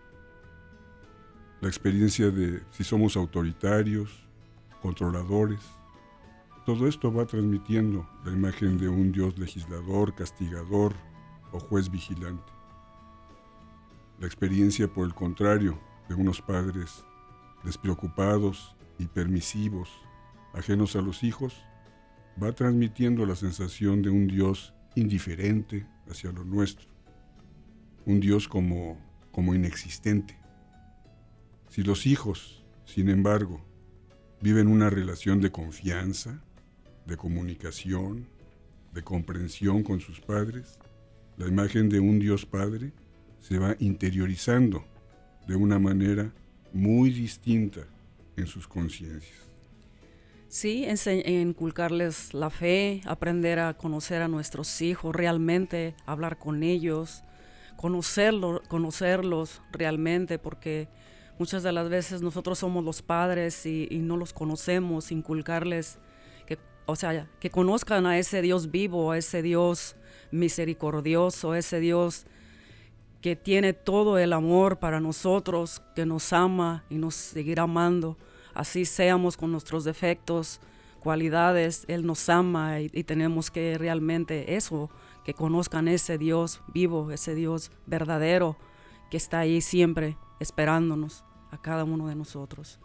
La experiencia de si somos autoritarios, controladores, todo esto va transmitiendo la imagen de un Dios legislador, castigador o juez vigilante. La experiencia, por el contrario, de unos padres despreocupados y permisivos, ajenos a los hijos, va transmitiendo la sensación de un Dios indiferente hacia lo nuestro, un Dios como inexistente. Si los hijos, sin embargo, viven una relación de confianza, de comunicación, de comprensión con sus padres, la imagen de un Dios Padre se va interiorizando de una manera muy distinta en sus conciencias. Sí, inculcarles la fe, aprender a conocer a nuestros hijos realmente, hablar con ellos, conocerlos realmente, porque muchas de las veces nosotros somos los padres y no los conocemos, inculcarles, que conozcan a ese Dios vivo, a ese Dios misericordioso, a ese Dios que tiene todo el amor para nosotros, que nos ama y nos seguirá amando. Así seamos con nuestros defectos, cualidades, Él nos ama y tenemos que realmente eso, que conozcan ese Dios vivo, ese Dios verdadero, que está ahí siempre esperándonos a cada uno de nosotros.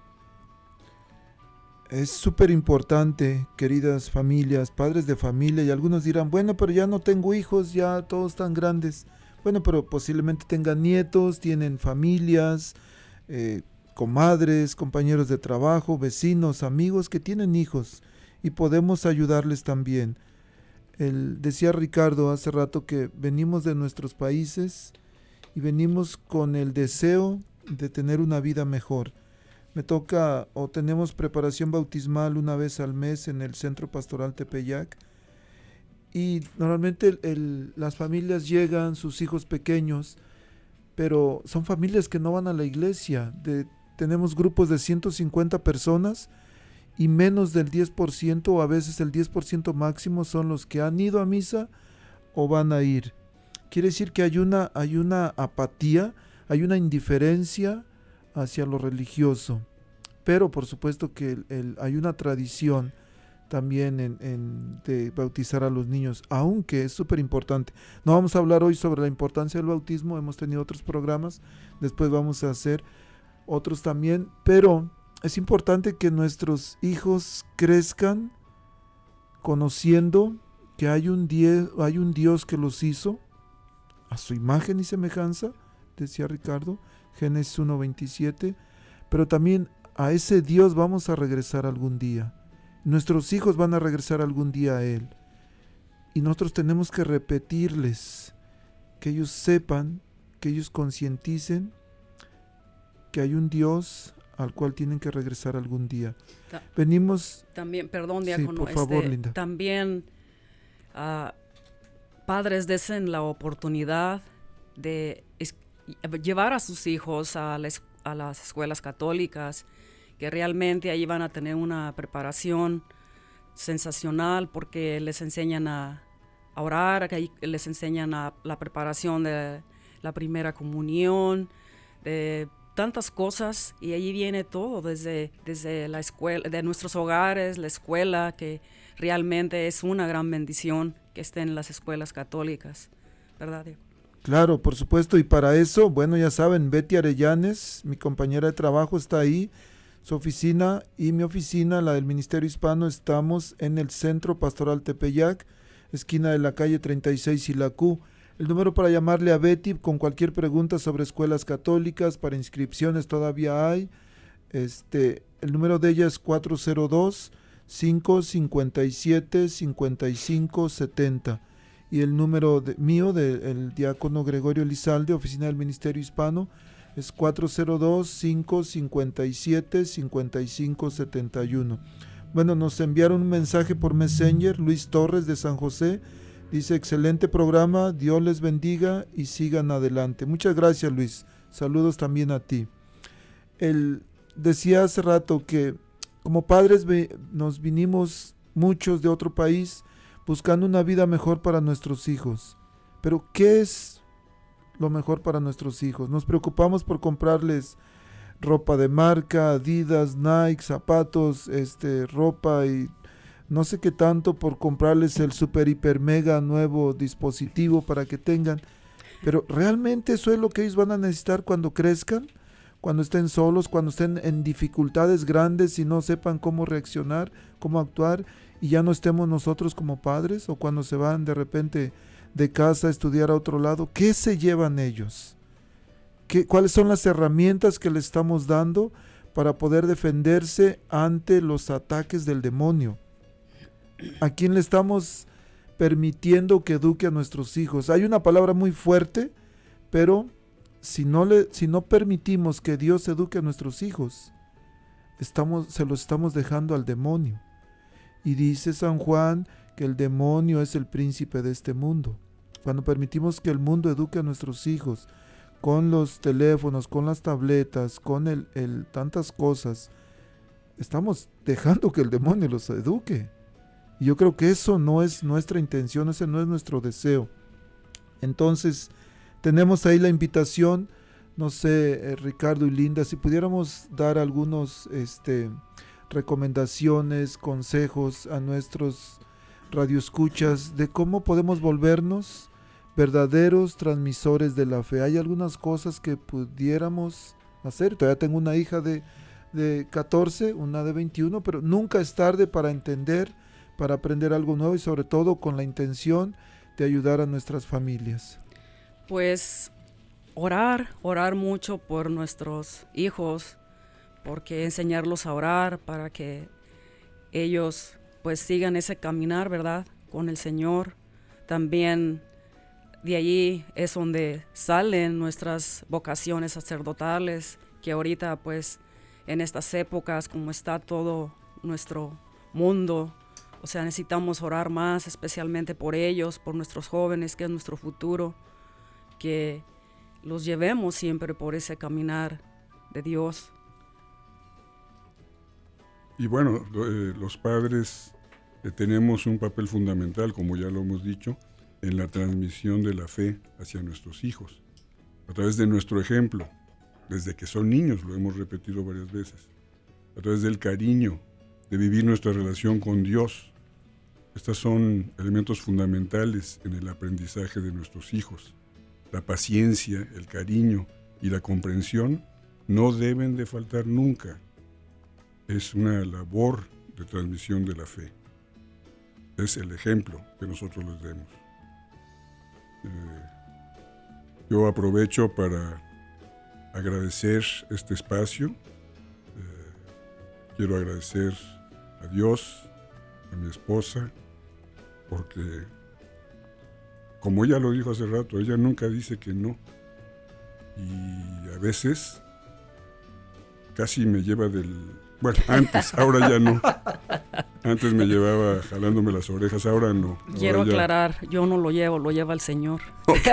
Es súper importante, queridas familias, padres de familia, y algunos dirán, bueno, pero ya no tengo hijos, ya todos están grandes. Bueno, pero posiblemente tengan nietos, tienen familias, comadres, compañeros de trabajo, vecinos, amigos que tienen hijos y podemos ayudarles también. Decía Ricardo hace rato que venimos de nuestros países y venimos con el deseo de tener una vida mejor. Me toca o tenemos preparación bautismal una vez al mes en el Centro Pastoral Tepeyac y normalmente las familias llegan, sus hijos pequeños, pero son familias que no van a la iglesia. Tenemos grupos de 150 personas y menos del 10% o a veces el 10% máximo son los que han ido a misa o van a ir. Quiere decir que hay una apatía, hay una indiferencia hacia lo religioso. Pero por supuesto que hay una tradición también de bautizar a los niños, aunque es súper importante. No vamos a hablar hoy sobre la importancia del bautismo, hemos tenido otros programas, después vamos a hacer otros también, pero es importante que nuestros hijos crezcan conociendo que hay un Dios que los hizo a su imagen y semejanza, decía Ricardo, Génesis 1:27, pero también a ese Dios vamos a regresar algún día. Nuestros hijos van a regresar algún día a Él. Y nosotros tenemos que repetirles, que ellos sepan que ellos concienticen que hay un Dios al cual tienen que regresar algún día. Venimos... También, perdón, diácono, sí, por favor, Linda. También padres desen la oportunidad de llevar a sus hijos a las escuelas católicas, que realmente ahí van a tener una preparación sensacional, porque les enseñan a orar, que ahí les enseñan la preparación de la primera comunión, de tantas cosas, y allí viene todo, desde la escuela, de nuestros hogares, la escuela, que realmente es una gran bendición que estén en las escuelas católicas, ¿verdad, Diego? Claro, por supuesto, y para eso, bueno, ya saben, Betty Arellanes, mi compañera de trabajo, está ahí, su oficina y mi oficina, la del Ministerio Hispano, estamos en el Centro Pastoral Tepeyac, esquina de la calle 36 y la Q. El número para llamarle a Betty con cualquier pregunta sobre escuelas católicas, para inscripciones todavía hay. El número de ella es 402-557-5570. Y el número mío, del diácono Gregorio Elizalde, oficina del Ministerio Hispano, es 402-557-5571. Bueno, nos enviaron un mensaje por Messenger, Luis Torres de San José. Dice, excelente programa, Dios les bendiga y sigan adelante. Muchas gracias, Luis. Saludos también a ti. Él decía hace rato que como padres nos vinimos muchos de otro país buscando una vida mejor para nuestros hijos. Pero ¿qué es lo mejor para nuestros hijos? Nos preocupamos por comprarles ropa de marca, Adidas, Nike, zapatos, ropa y no sé qué tanto, por comprarles el super hiper mega nuevo dispositivo para que tengan, pero realmente eso es lo que ellos van a necesitar cuando crezcan, cuando estén solos, cuando estén en dificultades grandes y no sepan cómo reaccionar, cómo actuar, y ya no estemos nosotros como padres, o cuando se van de repente de casa a estudiar a otro lado. ¿Qué se llevan ellos? ¿Cuáles son las herramientas que les estamos dando para poder defenderse ante los ataques del demonio? ¿A quién le estamos permitiendo que eduque a nuestros hijos? Hay una palabra muy fuerte, pero si no permitimos que Dios eduque a nuestros hijos, se los estamos dejando al demonio. Y dice San Juan que el demonio es el príncipe de este mundo. Cuando permitimos que el mundo eduque a nuestros hijos con los teléfonos, con las tabletas, con tantas cosas, estamos dejando que el demonio los eduque. Y yo creo que eso no es nuestra intención, ese no es nuestro deseo. Entonces, tenemos ahí la invitación, no sé, Ricardo y Linda, si pudiéramos dar algunos recomendaciones, consejos a nuestros radioescuchas de cómo podemos volvernos verdaderos transmisores de la fe. Hay algunas cosas que pudiéramos hacer. Todavía tengo una hija de 14, una de 21, pero nunca es tarde para entender, para aprender algo nuevo y sobre todo con la intención de ayudar a nuestras familias. Pues orar mucho por nuestros hijos, porque enseñarlos a orar para que ellos pues sigan ese caminar, ¿verdad?, con el Señor. También de allí es donde salen nuestras vocaciones sacerdotales, que ahorita pues en estas épocas, como está todo nuestro mundo, o sea, necesitamos orar más, especialmente por ellos, por nuestros jóvenes, que es nuestro futuro, que los llevemos siempre por ese caminar de Dios. Y bueno, los padres tenemos un papel fundamental, como ya lo hemos dicho, en la transmisión de la fe hacia nuestros hijos, a través de nuestro ejemplo, desde que son niños, lo hemos repetido varias veces, a través del cariño, de vivir nuestra relación con Dios. Estos son elementos fundamentales en el aprendizaje de nuestros hijos. La paciencia, el cariño y la comprensión no deben de faltar nunca. Es una labor de transmisión de la fe. Es el ejemplo que nosotros les demos. Yo aprovecho para agradecer este espacio. Quiero agradecer a Dios, a mi esposa, porque, como ella lo dijo hace rato, ella nunca dice que no. y a veces casi me lleva bueno, antes, ahora ya no. Antes me llevaba jalándome las orejas, ahora no. Quiero aclarar, yo no lo llevo, lo lleva el Señor. Okay.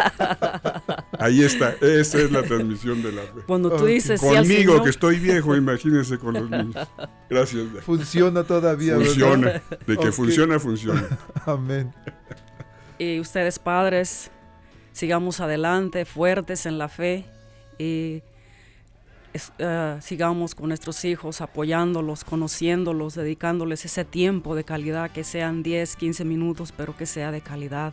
Ahí está, esa es la transmisión de la fe. Cuando tú dices sí al Conmigo, Señor, que estoy viejo, imagínense con los niños. Gracias. Funciona todavía, Funciona, ¿verdad? de que funciona, funciona. Amén. y ustedes padres, sigamos adelante, fuertes en la fe y sigamos con nuestros hijos, apoyándolos, conociéndolos, dedicándoles ese tiempo de calidad, que sean 10, 15 minutos, pero que sea de calidad.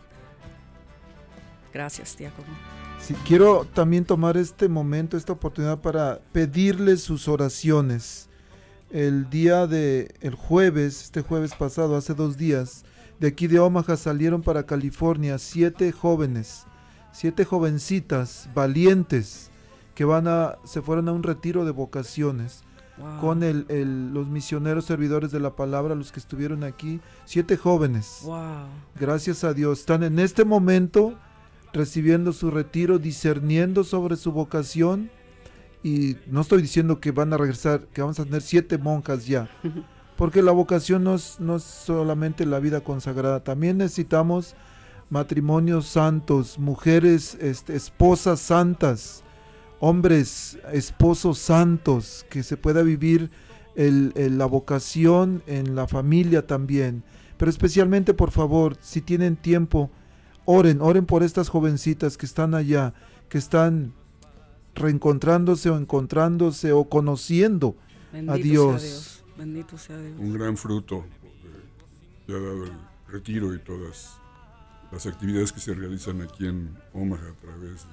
Gracias, diácono. Sí, quiero también tomar este momento, esta oportunidad para pedirles sus oraciones. El jueves, este jueves pasado, hace 2 días, de aquí de Omaha salieron para California 7 jóvenes, 7 jovencitas valientes que se fueron a un retiro de vocaciones. Wow. Con los misioneros servidores de la palabra, los que estuvieron aquí, 7 jóvenes. Wow. Gracias a Dios, están en este momento recibiendo su retiro, discerniendo sobre su vocación, y no estoy diciendo que van a regresar, que vamos a tener 7 monjas ya, porque la vocación no es solamente la vida consagrada, también necesitamos matrimonios santos, mujeres, esposas santas, hombres, esposos santos, que se pueda vivir la vocación en la familia también. Pero especialmente, por favor, si tienen tiempo, oren por estas jovencitas que están allá, que están reencontrándose o encontrándose o conociendo a Dios. Bendito sea Dios. Un gran fruto que ha dado el retiro y todas las actividades que se realizan aquí en Omaha a través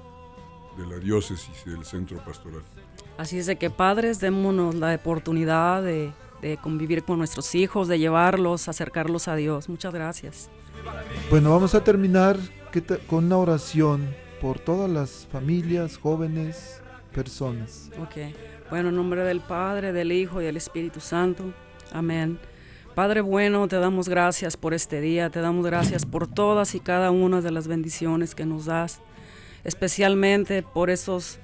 de la diócesis y del centro pastoral. Así es de que padres, démonos la oportunidad de convivir con nuestros hijos, de llevarlos, acercarlos a Dios. Muchas gracias. Bueno, vamos a terminar con una oración por todas las familias, jóvenes, personas. Ok. Bueno, en nombre del Padre, del Hijo y del Espíritu Santo. Amén. Padre bueno, te damos gracias por este día, te damos gracias por todas y cada una de las bendiciones que nos das, especialmente por esos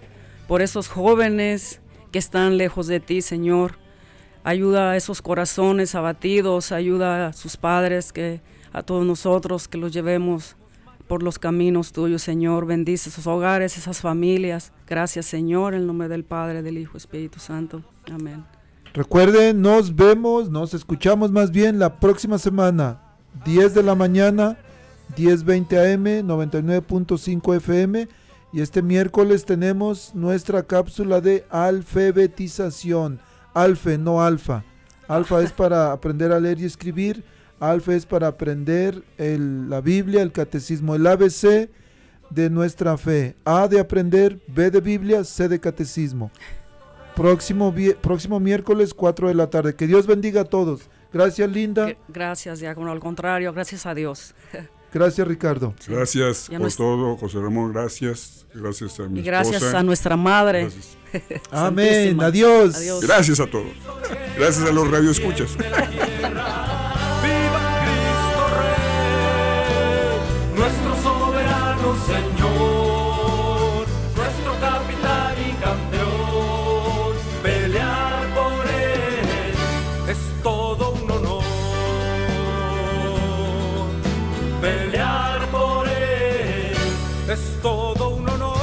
jóvenes que están lejos de ti, Señor. Ayuda a esos corazones abatidos, ayuda a sus padres, a todos nosotros, que los llevemos por los caminos tuyos, Señor. Bendice esos hogares, esas familias. Gracias, Señor, en el nombre del Padre, del Hijo, Espíritu Santo. Amén. Recuerden, nos escuchamos más bien la próxima semana, 10 de la mañana, 10:20 AM, 99.5 FM, y este miércoles tenemos nuestra cápsula de alfabetización. Alfe, no alfa. Alfa es para aprender a leer y escribir. Alfa es para aprender la Biblia, el catecismo, el ABC de nuestra fe. A de aprender, B de Biblia, C de catecismo. Próximo miércoles, 4 de la tarde. Que Dios bendiga a todos. Gracias, Linda. Gracias, diácono. Al contrario, gracias a Dios. Gracias, Ricardo. Gracias por todo, José Ramón. Gracias. Gracias a mi esposa. Gracias a nuestra madre. Amén. Adiós. Adiós. Gracias a todos. Gracias a los radioescuchas. Nuestro soberano Señor, nuestro capitán y campeón, pelear por Él es todo un honor, pelear por Él es todo un honor.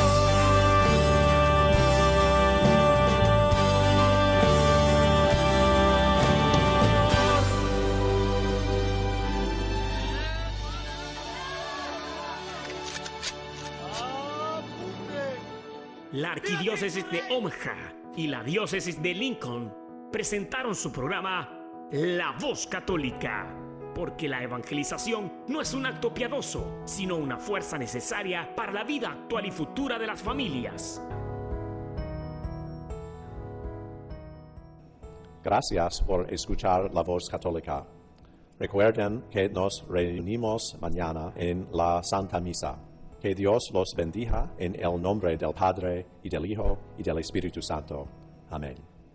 La Arquidiócesis de Omaha y la Diócesis de Lincoln presentaron su programa La Voz Católica, porque la evangelización no es un acto piadoso, sino una fuerza necesaria para la vida actual y futura de las familias. Gracias por escuchar La Voz Católica. Recuerden que nos reunimos mañana en la Santa Misa. Que Dios los bendiga en el nombre del Padre, y del Hijo, y del Espíritu Santo. Amén.